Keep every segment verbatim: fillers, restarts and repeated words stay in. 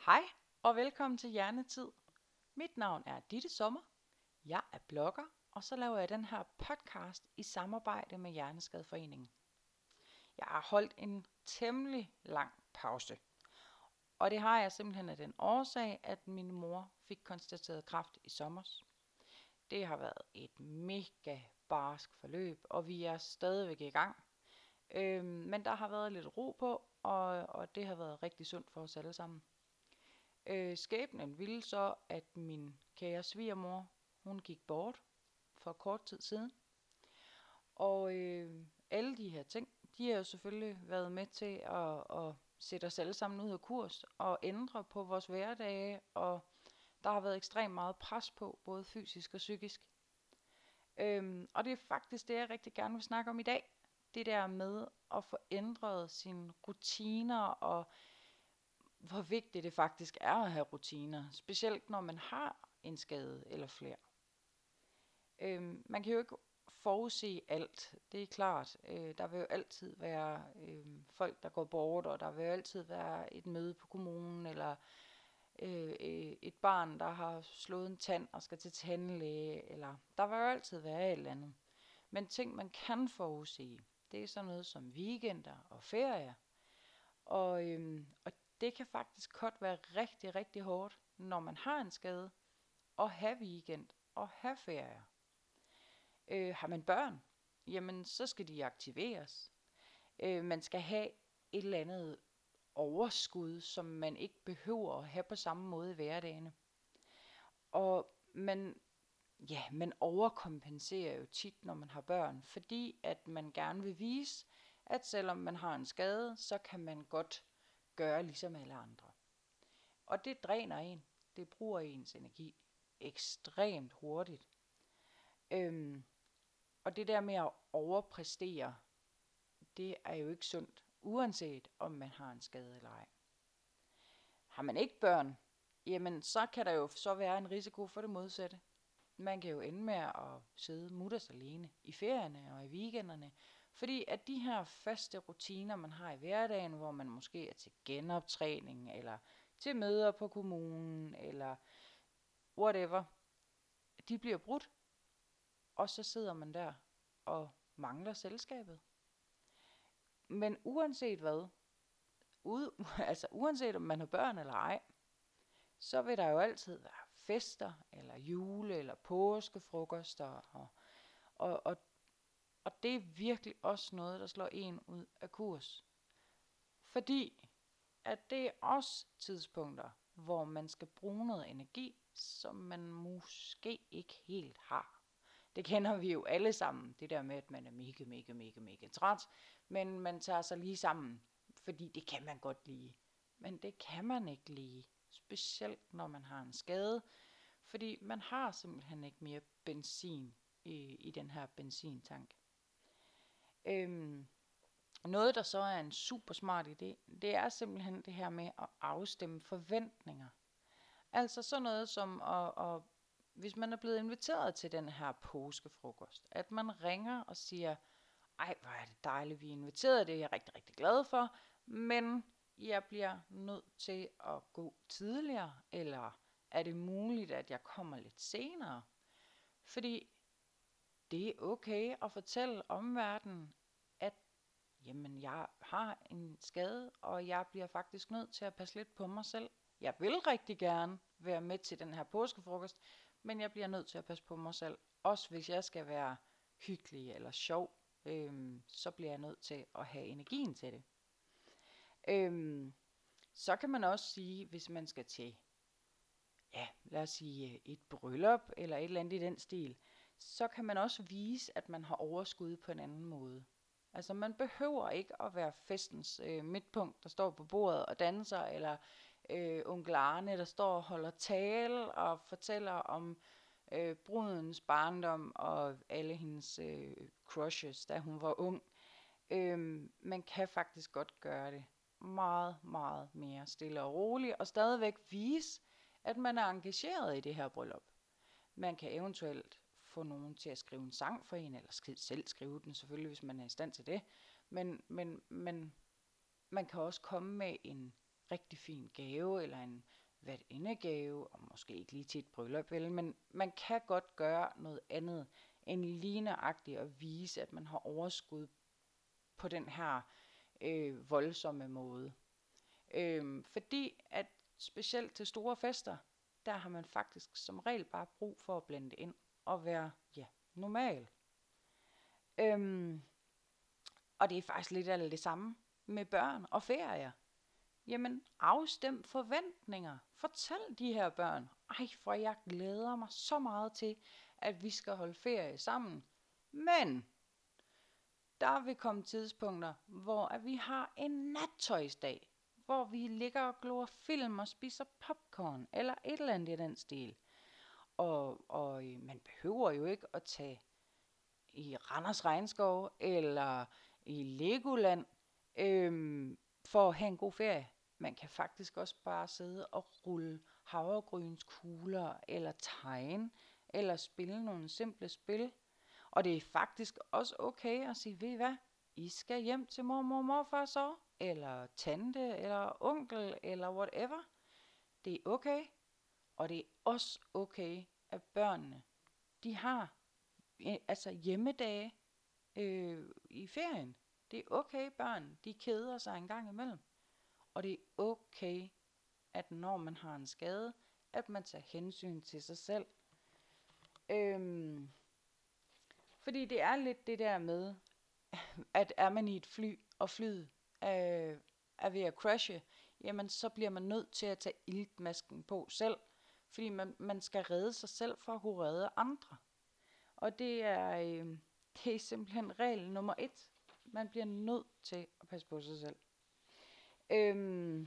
Hej og velkommen til Hjernetid. Mit navn er Ditte Sommer. Jeg er blogger, og så laver jeg den her podcast i samarbejde med Hjerneskadeforeningen. Jeg har holdt en temmelig lang pause, og det har jeg simpelthen af den årsag, at min mor fik konstateret kræft i sommer. Det har været et mega barsk forløb, og vi er stadigvæk i gang. Øhm, men der har været lidt ro på, og, og det har været rigtig sundt for os alle sammen. Øh, skæbnen ville så, at min kære svigermor, hun gik bort for kort tid siden. Og øh, alle de her ting, de har jo selvfølgelig været med til at, at sætte os alle sammen ud af kurs og ændre på vores hverdage. Og der har været ekstremt meget pres på, både fysisk og psykisk. Øhm, og det er faktisk det, jeg rigtig gerne vil snakke om i dag. Det der med at få ændret sine rutiner og hvor vigtigt det faktisk er at have rutiner, specielt når man har en skade eller flere. Øhm, man kan jo ikke forudse alt, det er klart. Øh, der vil jo altid være øh, folk, der går bort, og der vil jo altid være et møde på kommunen, eller øh, øh, et barn, der har slået en tand og skal til tandlæge, eller der vil jo altid være et eller andet. Men ting, man kan forudse, det er sådan noget som weekender og ferier. Og, øhm, og det kan faktisk godt være rigtig, rigtig hårdt, når man har en skade, at have weekend og have ferier. Øh, har man børn, jamen så skal de aktiveres. Øh, man skal have et eller andet overskud, som man ikke behøver at have på samme måde i hverdagen. Og man, ja, man overkompenserer jo tit, når man har børn, fordi at man gerne vil vise, at selvom man har en skade, så kan man godt gøre ligesom alle andre. Og det dræner en. Det bruger ens energi ekstremt hurtigt. Øhm, og det der med at overpræstere, det er jo ikke sundt, uanset om man har en skade eller ej. Har man ikke børn, jamen så kan der jo så være en risiko for det modsatte. Man kan jo ende med at sidde mutters alene i ferierne og i weekenderne, fordi at de her faste rutiner, man har i hverdagen, hvor man måske er til genoptræning, eller til møder på kommunen, eller whatever, de bliver brudt, og så sidder man der og mangler selskabet. Men uanset hvad, ude, altså uanset om man har børn eller ej, så vil der jo altid være fester, eller jule, eller påskefrokoster, og, og, og, og det er virkelig også noget, der slår en ud af kurs. Fordi at det er også tidspunkter, hvor man skal bruge noget energi, som man måske ikke helt har. Det kender vi jo alle sammen, det der med, at man er mega, mega, mega, mega træt, men man tager sig lige sammen, fordi det kan man godt lide. Men det kan man ikke lide, specielt når man har en skade, fordi man har simpelthen ikke mere benzin i, i den her benzintank. Øhm, noget, der så er en super smart idé, det er simpelthen det her med at afstemme forventninger. Altså sådan noget som, at, at, hvis man er blevet inviteret til den her påskefrokost, at man ringer og siger, ej, hvor er det dejligt, vi er inviteret, det er jeg rigtig, rigtig glad for, men jeg bliver nødt til at gå tidligere, eller er det muligt, at jeg kommer lidt senere? Fordi det er okay at fortælle omverdenen, at jamen, jeg har en skade, og jeg bliver faktisk nødt til at passe lidt på mig selv. Jeg vil rigtig gerne være med til den her påskefrokost, men jeg bliver nødt til at passe på mig selv. Også hvis jeg skal være hyggelig eller sjov, øhm, så bliver jeg nødt til at have energien til det. Øhm, så kan man også sige, hvis man skal til, ja, lad os sige et bryllup eller et eller andet i den stil, så kan man også vise, at man har overskud på en anden måde. Altså man behøver ikke at være festens øh, midtpunkt, der står på bordet og danser, eller øh, onkel Arne, der står og holder tale og fortæller om øh, brudens barndom og alle hendes øh, crushes, da hun var ung. Øh, man kan faktisk godt gøre det meget, meget mere stille og roligt, og stadigvæk vise, at man er engageret i det her bryllup. Man kan eventuelt få nogen til at skrive en sang for en, eller sk- selv skrive den selvfølgelig, hvis man er i stand til det. Men, men, men man kan også komme med en rigtig fin gave, eller en værtindegave, og måske ikke lige til et bryllup, vel, men man kan godt gøre noget andet, end lige nøjagtigt at vise, at man har overskud på den her øh, voldsomme måde. Øh, fordi at specielt til store fester, der har man faktisk som regel bare brug for at blende ind og være, ja, normal. Øhm, og det er faktisk lidt af det samme med børn og ferier. Jamen, afstem forventninger. Fortæl de her børn, ej, for jeg glæder mig så meget til, at vi skal holde ferie sammen. Men der vil komme tidspunkter, hvor at vi har en nattøjsdag, hvor vi ligger og glor film og spiser popcorn, eller et eller andet i den stil. Og, og øh, man behøver jo ikke at tage i Randers Regnskov, eller i Legoland, øhm, for at have en god ferie. Man kan faktisk også bare sidde og rulle havregrynskugler, eller tegne, eller spille nogle simple spil. Og det er faktisk også okay at sige, ved I hvad, I skal hjem til mormor og morfar så, eller tante, eller onkel, eller whatever. Det er okay, og det er også okay, at børnene, de har øh, altså hjemmedage øh, i ferien. Det er okay, børn, de keder sig en gang imellem. Og det er okay, at når man har en skade, at man tager hensyn til sig selv. Øhm, fordi det er lidt det der med, at er man i et fly, og flyet øh, er ved at crashe, jamen så bliver man nødt til at tage iltmasken på selv. Fordi man, man skal redde sig selv for at kunne redde andre. Og det er, øh, det er simpelthen regel nummer et. Man bliver nødt til at passe på sig selv. Øhm,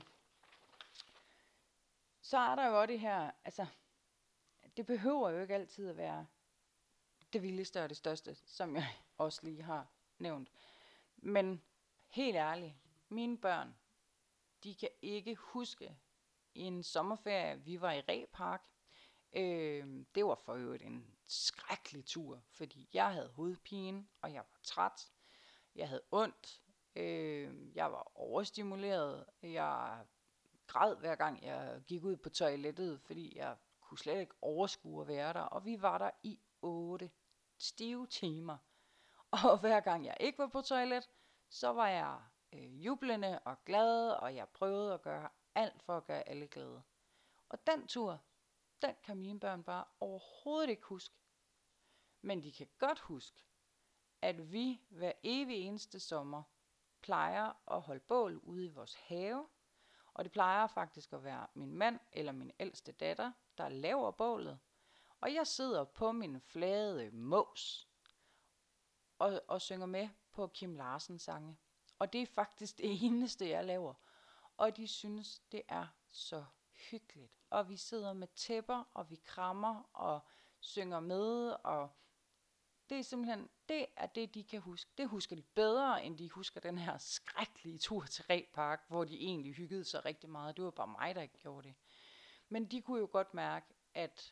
så er der jo også det her, altså, det behøver jo ikke altid at være det vildeste og det største, som jeg også lige har nævnt. Men helt ærligt, mine børn, de kan ikke huske i en sommerferie, vi var i Repark. Øh, det var for øvrigt en skrækkelig tur, fordi jeg havde hovedpine, og jeg var træt. Jeg havde ondt. Øh, jeg var overstimuleret. Jeg græd hver gang jeg gik ud på toilettet, fordi jeg kunne slet ikke overskue at være der. Og vi var der i otte stive timer. Og hver gang jeg ikke var på toilet, så var jeg øh, jublende og glad, og jeg prøvede at gøre alt for at gøre alle glade. Og den tur, den kan mine børn bare overhovedet ikke huske. Men de kan godt huske, at vi hver evig eneste sommer plejer at holde bål ude i vores have. Og det plejer faktisk at være min mand eller min ældste datter, der laver bålet. Og jeg sidder på min flade mås og, og synger med på Kim Larsens sange. Og det er faktisk det eneste, jeg laver. Og de synes, det er så hyggeligt. Og vi sidder med tæpper, og vi krammer og synger med, og det er simpelthen, det er det, de kan huske. Det husker de bedre, end de husker den her skrækkelige tur til Repark, hvor de egentlig hyggede sig rigtig meget. Det var bare mig, der ikke gjorde det. Men de kunne jo godt mærke, at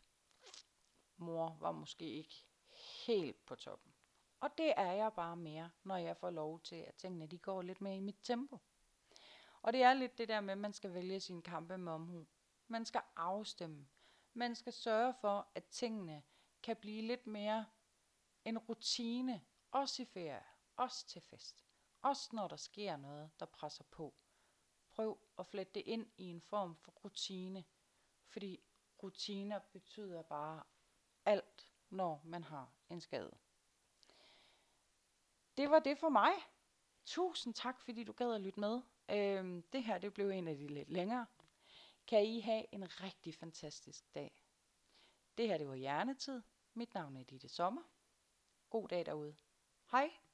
mor var måske ikke helt på toppen. Og det er jeg bare mere, når jeg får lov til, at tingene de går lidt mere i mit tempo. Og det er lidt det der med, at man skal vælge sine kampe med omhu. Man skal afstemme. Man skal sørge for, at tingene kan blive lidt mere en rutine. Også i ferie. Også til fest. Også når der sker noget, der presser på. Prøv at flette det ind i en form for rutine. Fordi rutiner betyder bare alt, når man har en skade. Det var det for mig. Tusind tak, fordi du gad at lytte med. Øhm, det her det blev en af de lidt længere. Kan I have en rigtig fantastisk dag. Det her det var Hjernetid. Mit navn er Ditte Sommer. God dag derude. Hej.